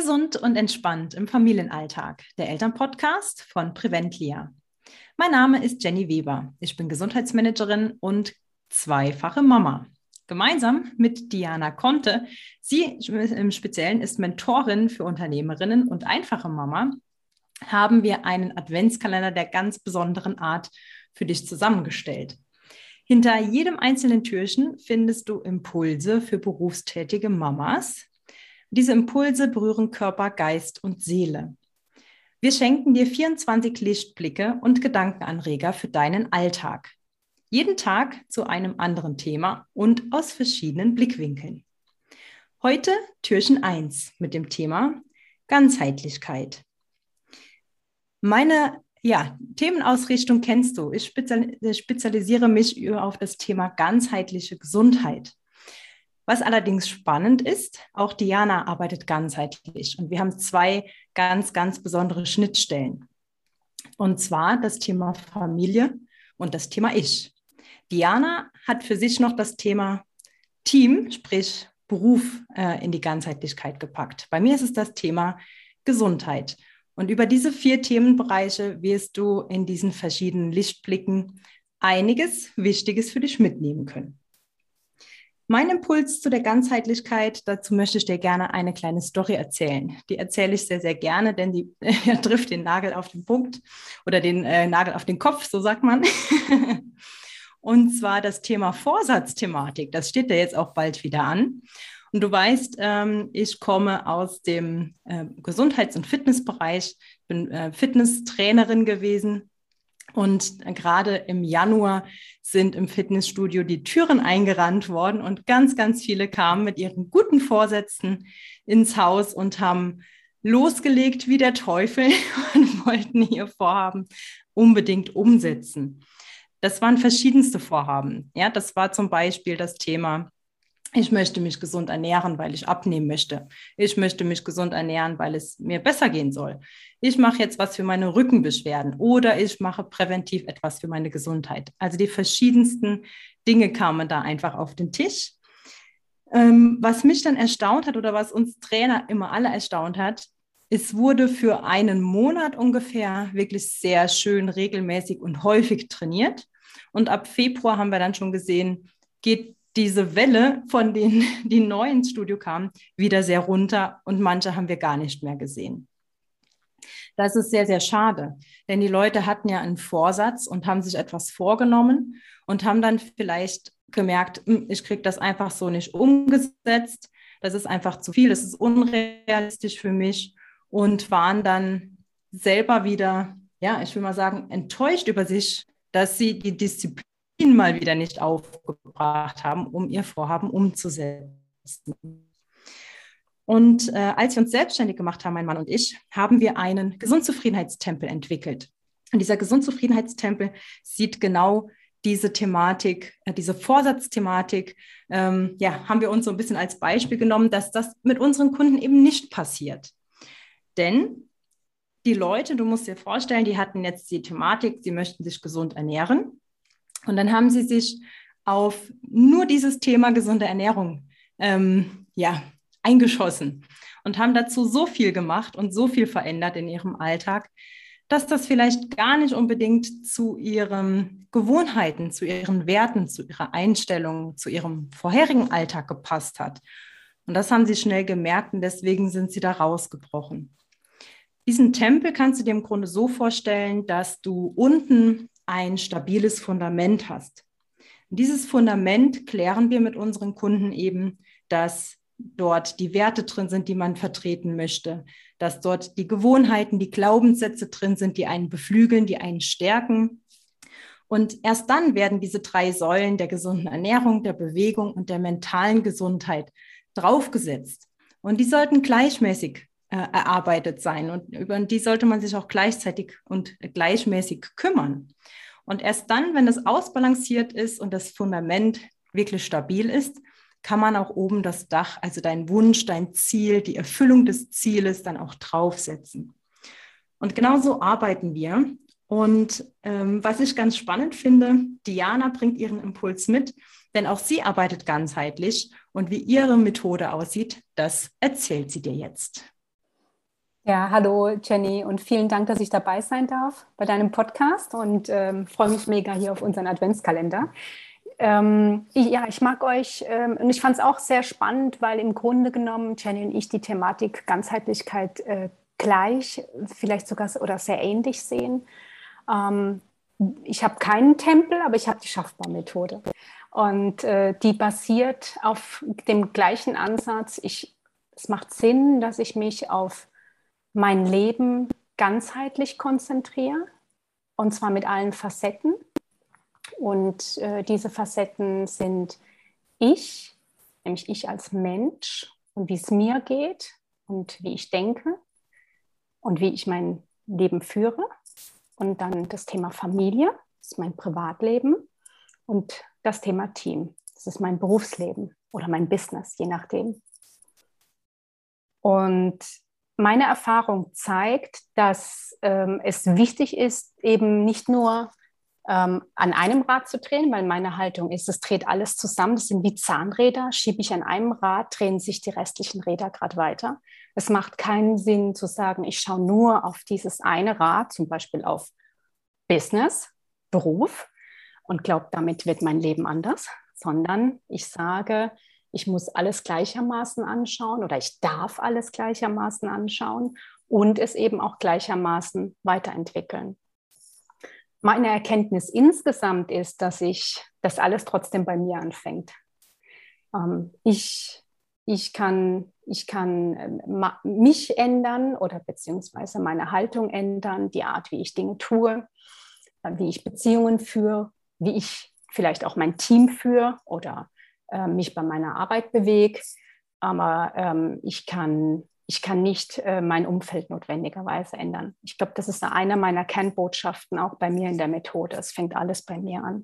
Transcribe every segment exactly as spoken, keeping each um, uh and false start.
Gesund und entspannt im Familienalltag, der Elternpodcast von Preventlia. Mein Name ist Jenny Weber. Ich bin Gesundheitsmanagerin und zweifache Mama. Gemeinsam mit Diana Conte, sie im Speziellen ist Mentorin für Unternehmerinnen und einfache Mama, haben wir einen Adventskalender der ganz besonderen Art für dich zusammengestellt. Hinter jedem einzelnen Türchen findest du Impulse für berufstätige Mamas. Diese Impulse berühren Körper, Geist und Seele. Wir schenken dir vierundzwanzig Lichtblicke und Gedankenanreger für deinen Alltag. Jeden Tag zu einem anderen Thema und aus verschiedenen Blickwinkeln. Heute Türchen eins mit dem Thema Ganzheitlichkeit. Meine ja, Themenausrichtung kennst du. Ich spezialisiere mich auf das Thema ganzheitliche Gesundheit. Was allerdings spannend ist, auch Diana arbeitet ganzheitlich und wir haben zwei ganz, ganz besondere Schnittstellen. Und zwar das Thema Familie und das Thema Ich. Diana hat für sich noch das Thema Team, sprich Beruf, äh, in die Ganzheitlichkeit gepackt. Bei mir ist es das Thema Gesundheit. Und über diese vier Themenbereiche wirst du in diesen verschiedenen Lichtblicken einiges Wichtiges für dich mitnehmen können. Mein Impuls zu der Ganzheitlichkeit, dazu möchte ich dir gerne eine kleine Story erzählen. Die erzähle ich sehr, sehr gerne, denn die äh, trifft den Nagel auf den Punkt oder den äh, Nagel auf den Kopf, so sagt man. Und zwar das Thema Vorsatzthematik. Das steht ja jetzt auch bald wieder an. Und du weißt, ähm, ich komme aus dem äh, Gesundheits- und Fitnessbereich, bin äh, Fitnesstrainerin gewesen. Und gerade im Januar sind im Fitnessstudio die Türen eingerannt worden und ganz, ganz viele kamen mit ihren guten Vorsätzen ins Haus und haben losgelegt wie der Teufel und wollten ihr Vorhaben unbedingt umsetzen. Das waren verschiedenste Vorhaben. Ja, das war zum Beispiel das Thema: Ich möchte mich gesund ernähren, weil ich abnehmen möchte. Ich möchte mich gesund ernähren, weil es mir besser gehen soll. Ich mache jetzt was für meine Rückenbeschwerden oder ich mache präventiv etwas für meine Gesundheit. Also die verschiedensten Dinge kamen da einfach auf den Tisch. Ähm, was mich dann erstaunt hat oder was uns Trainer immer alle erstaunt hat, es wurde für einen Monat ungefähr wirklich sehr schön regelmäßig und häufig trainiert. Und ab Februar haben wir dann schon gesehen, geht diese Welle von denen, die neu ins Studio kamen, wieder sehr runter und manche haben wir gar nicht mehr gesehen. Das ist sehr, sehr schade, denn die Leute hatten ja einen Vorsatz und haben sich etwas vorgenommen und haben dann vielleicht gemerkt, ich kriege das einfach so nicht umgesetzt, das ist einfach zu viel, das ist unrealistisch für mich und waren dann selber wieder, ja, ich will mal sagen, enttäuscht über sich, dass sie die Disziplin mal wieder nicht aufgebracht haben, um ihr Vorhaben umzusetzen. Und äh, als wir uns selbstständig gemacht haben, mein Mann und ich, haben wir einen Gesundzufriedenheitstempel entwickelt. Und dieser Gesundzufriedenheitstempel sieht genau diese Thematik, äh, diese Vorsatzthematik, ähm, ja, haben wir uns so ein bisschen als Beispiel genommen, dass das mit unseren Kunden eben nicht passiert. Denn die Leute, du musst dir vorstellen, die hatten jetzt die Thematik, sie möchten sich gesund ernähren. Und dann haben sie sich auf nur dieses Thema gesunde Ernährung ähm, ja, eingeschossen und haben dazu so viel gemacht und so viel verändert in ihrem Alltag, dass das vielleicht gar nicht unbedingt zu ihren Gewohnheiten, zu ihren Werten, zu ihrer Einstellung, zu ihrem vorherigen Alltag gepasst hat. Und das haben sie schnell gemerkt und deswegen sind sie da rausgebrochen. Diesen Tempel kannst du dir im Grunde so vorstellen, dass du unten ein stabiles Fundament hast. Dieses Fundament klären wir mit unseren Kunden eben, dass dort die Werte drin sind, die man vertreten möchte, dass dort die Gewohnheiten, die Glaubenssätze drin sind, die einen beflügeln, die einen stärken. Und erst dann werden diese drei Säulen der gesunden Ernährung, der Bewegung und der mentalen Gesundheit draufgesetzt. Und die sollten gleichmäßig äh, erarbeitet sein und über die sollte man sich auch gleichzeitig und gleichmäßig kümmern. Und erst dann, wenn das ausbalanciert ist und das Fundament wirklich stabil ist, kann man auch oben das Dach, also dein Wunsch, dein Ziel, die Erfüllung des Zieles dann auch draufsetzen. Und genau so arbeiten wir. Und ähm, was ich ganz spannend finde, Diana bringt ihren Impuls mit, denn auch sie arbeitet ganzheitlich. Und wie ihre Methode aussieht, das erzählt sie dir jetzt. Ja, hallo Jenny und vielen Dank, dass ich dabei sein darf bei deinem Podcast und ähm, freue mich mega hier auf unseren Adventskalender. Ähm, ich, ja, ich mag euch ähm, und ich fand es auch sehr spannend, weil im Grunde genommen Jenny und ich die Thematik Ganzheitlichkeit äh, gleich, vielleicht sogar oder sehr ähnlich sehen. Ähm, Ich habe keinen Tempel, aber ich habe die Schaffbar-Methode. Und äh, die basiert auf dem gleichen Ansatz. Ich, es macht Sinn, dass ich mich auf mein Leben ganzheitlich konzentriere, und zwar mit allen Facetten. Und äh, diese Facetten sind ich, nämlich ich als Mensch und wie es mir geht und wie ich denke und wie ich mein Leben führe. Und dann das Thema Familie, das ist mein Privatleben. Und das Thema Team, das ist mein Berufsleben oder mein Business, je nachdem. Und meine Erfahrung zeigt, dass ähm, es wichtig ist, eben nicht nur ähm, an einem Rad zu drehen, weil meine Haltung ist, es dreht alles zusammen. Das sind wie Zahnräder. Schiebe ich an einem Rad, drehen sich die restlichen Räder gerade weiter. Es macht keinen Sinn zu sagen, ich schaue nur auf dieses eine Rad, zum Beispiel auf Business, Beruf, und glaube, damit wird mein Leben anders, sondern ich sage, ich muss alles gleichermaßen anschauen oder ich darf alles gleichermaßen anschauen und es eben auch gleichermaßen weiterentwickeln. Meine Erkenntnis insgesamt ist, dass ich das alles trotzdem bei mir anfängt. Ähm, ich, ich kann, ich kann ähm, mich ändern oder beziehungsweise meine Haltung ändern, die Art, wie ich Dinge tue, äh, wie ich Beziehungen führe, wie ich vielleicht auch mein Team führe oder äh, mich bei meiner Arbeit bewege. Aber ähm, ich kann, ich kann nicht äh, mein Umfeld notwendigerweise ändern. Ich glaube, das ist eine meiner Kernbotschaften auch bei mir in der Methode. Es fängt alles bei mir an.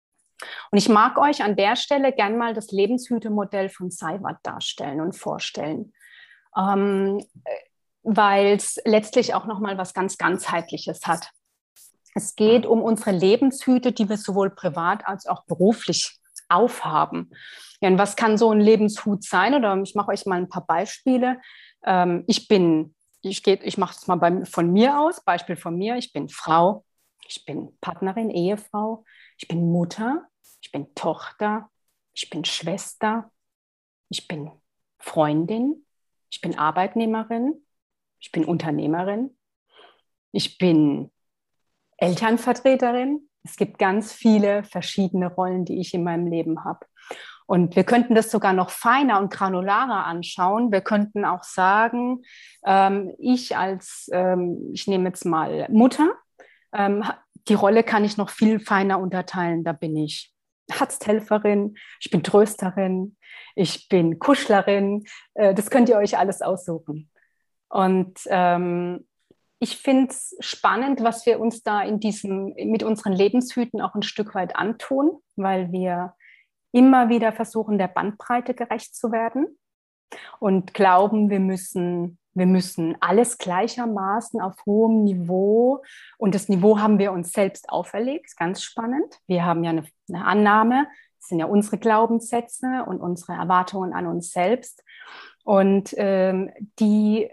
Und ich mag euch an der Stelle gern mal das Lebenshütemodell von Seiwert darstellen und vorstellen, ähm, weil es letztlich auch nochmal was ganz Ganzheitliches hat. Es geht um unsere Lebenshüte, die wir sowohl privat als auch beruflich aufhaben. Ja, und was kann so ein Lebenshut sein? Oder ich mache euch mal ein paar Beispiele. Ähm, ich bin, ich, ich mache es mal bei, von mir aus, Beispiel von mir, ich bin Frau, ich bin Partnerin, Ehefrau, ich bin Mutter, ich bin Tochter, ich bin Schwester, ich bin Freundin, ich bin Arbeitnehmerin, ich bin Unternehmerin, ich bin Elternvertreterin. Es gibt ganz viele verschiedene Rollen, die ich in meinem Leben habe. Und wir könnten das sogar noch feiner und granularer anschauen. Wir könnten auch sagen, ähm, ich als, ähm, ich nehme jetzt mal Mutter, ähm, die Rolle kann ich noch viel feiner unterteilen. Da bin ich Arzthelferin, ich bin Trösterin, ich bin Kuschlerin. Äh, das könnt ihr euch alles aussuchen. Und ähm, ich finde es spannend, was wir uns da in diesem, mit unseren Lebenshüten auch ein Stück weit antun, weil wir immer wieder versuchen, der Bandbreite gerecht zu werden und glauben, wir müssen, wir müssen alles gleichermaßen auf hohem Niveau, und das Niveau haben wir uns selbst auferlegt, ganz spannend. Wir haben ja eine, eine Annahme, das sind ja unsere Glaubenssätze und unsere Erwartungen an uns selbst, und ähm, die,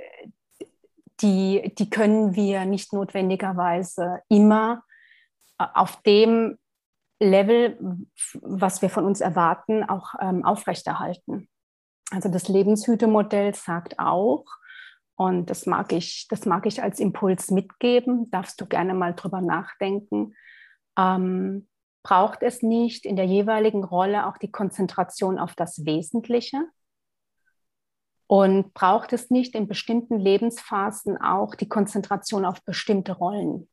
die, die können wir nicht notwendigerweise immer auf dem Level, was wir von uns erwarten, auch ähm, aufrechterhalten. Also das Lebenshütemodell sagt auch, und das mag ich, das mag ich als Impuls mitgeben, darfst du gerne mal drüber nachdenken, ähm, braucht es nicht in der jeweiligen Rolle auch die Konzentration auf das Wesentliche? Und braucht es nicht in bestimmten Lebensphasen auch die Konzentration auf bestimmte Rollen?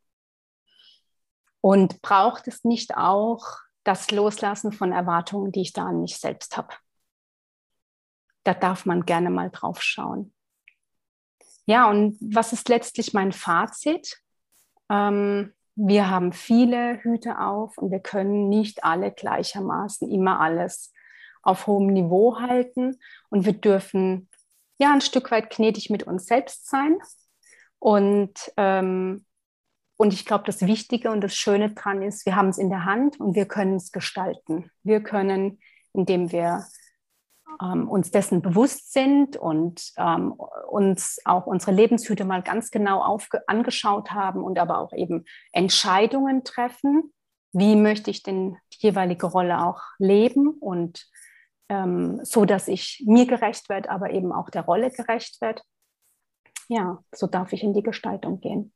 Und braucht es nicht auch das Loslassen von Erwartungen, die ich da an mich selbst habe? Da darf man gerne mal drauf schauen. Ja, und was ist letztlich mein Fazit? Ähm, wir haben viele Hüte auf und wir können nicht alle gleichermaßen immer alles auf hohem Niveau halten. Und wir dürfen ja ein Stück weit gnädig mit uns selbst sein. Und, ähm, und ich glaube, das Wichtige und das Schöne dran ist, wir haben es in der Hand und wir können es gestalten. Wir können, indem wir ähm, uns dessen bewusst sind und ähm, uns auch unsere Lebenshüte mal ganz genau aufge- angeschaut haben und aber auch eben Entscheidungen treffen. Wie möchte ich denn die jeweilige Rolle auch leben und ähm, so, dass ich mir gerecht werde, aber eben auch der Rolle gerecht werde. Ja, so darf ich in die Gestaltung gehen.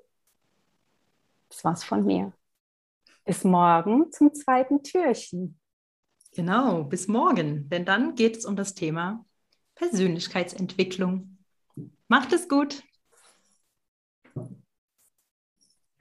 Das war's von mir. Bis morgen zum zweiten Türchen. Genau, bis morgen, denn dann geht es um das Thema Persönlichkeitsentwicklung. Macht es gut!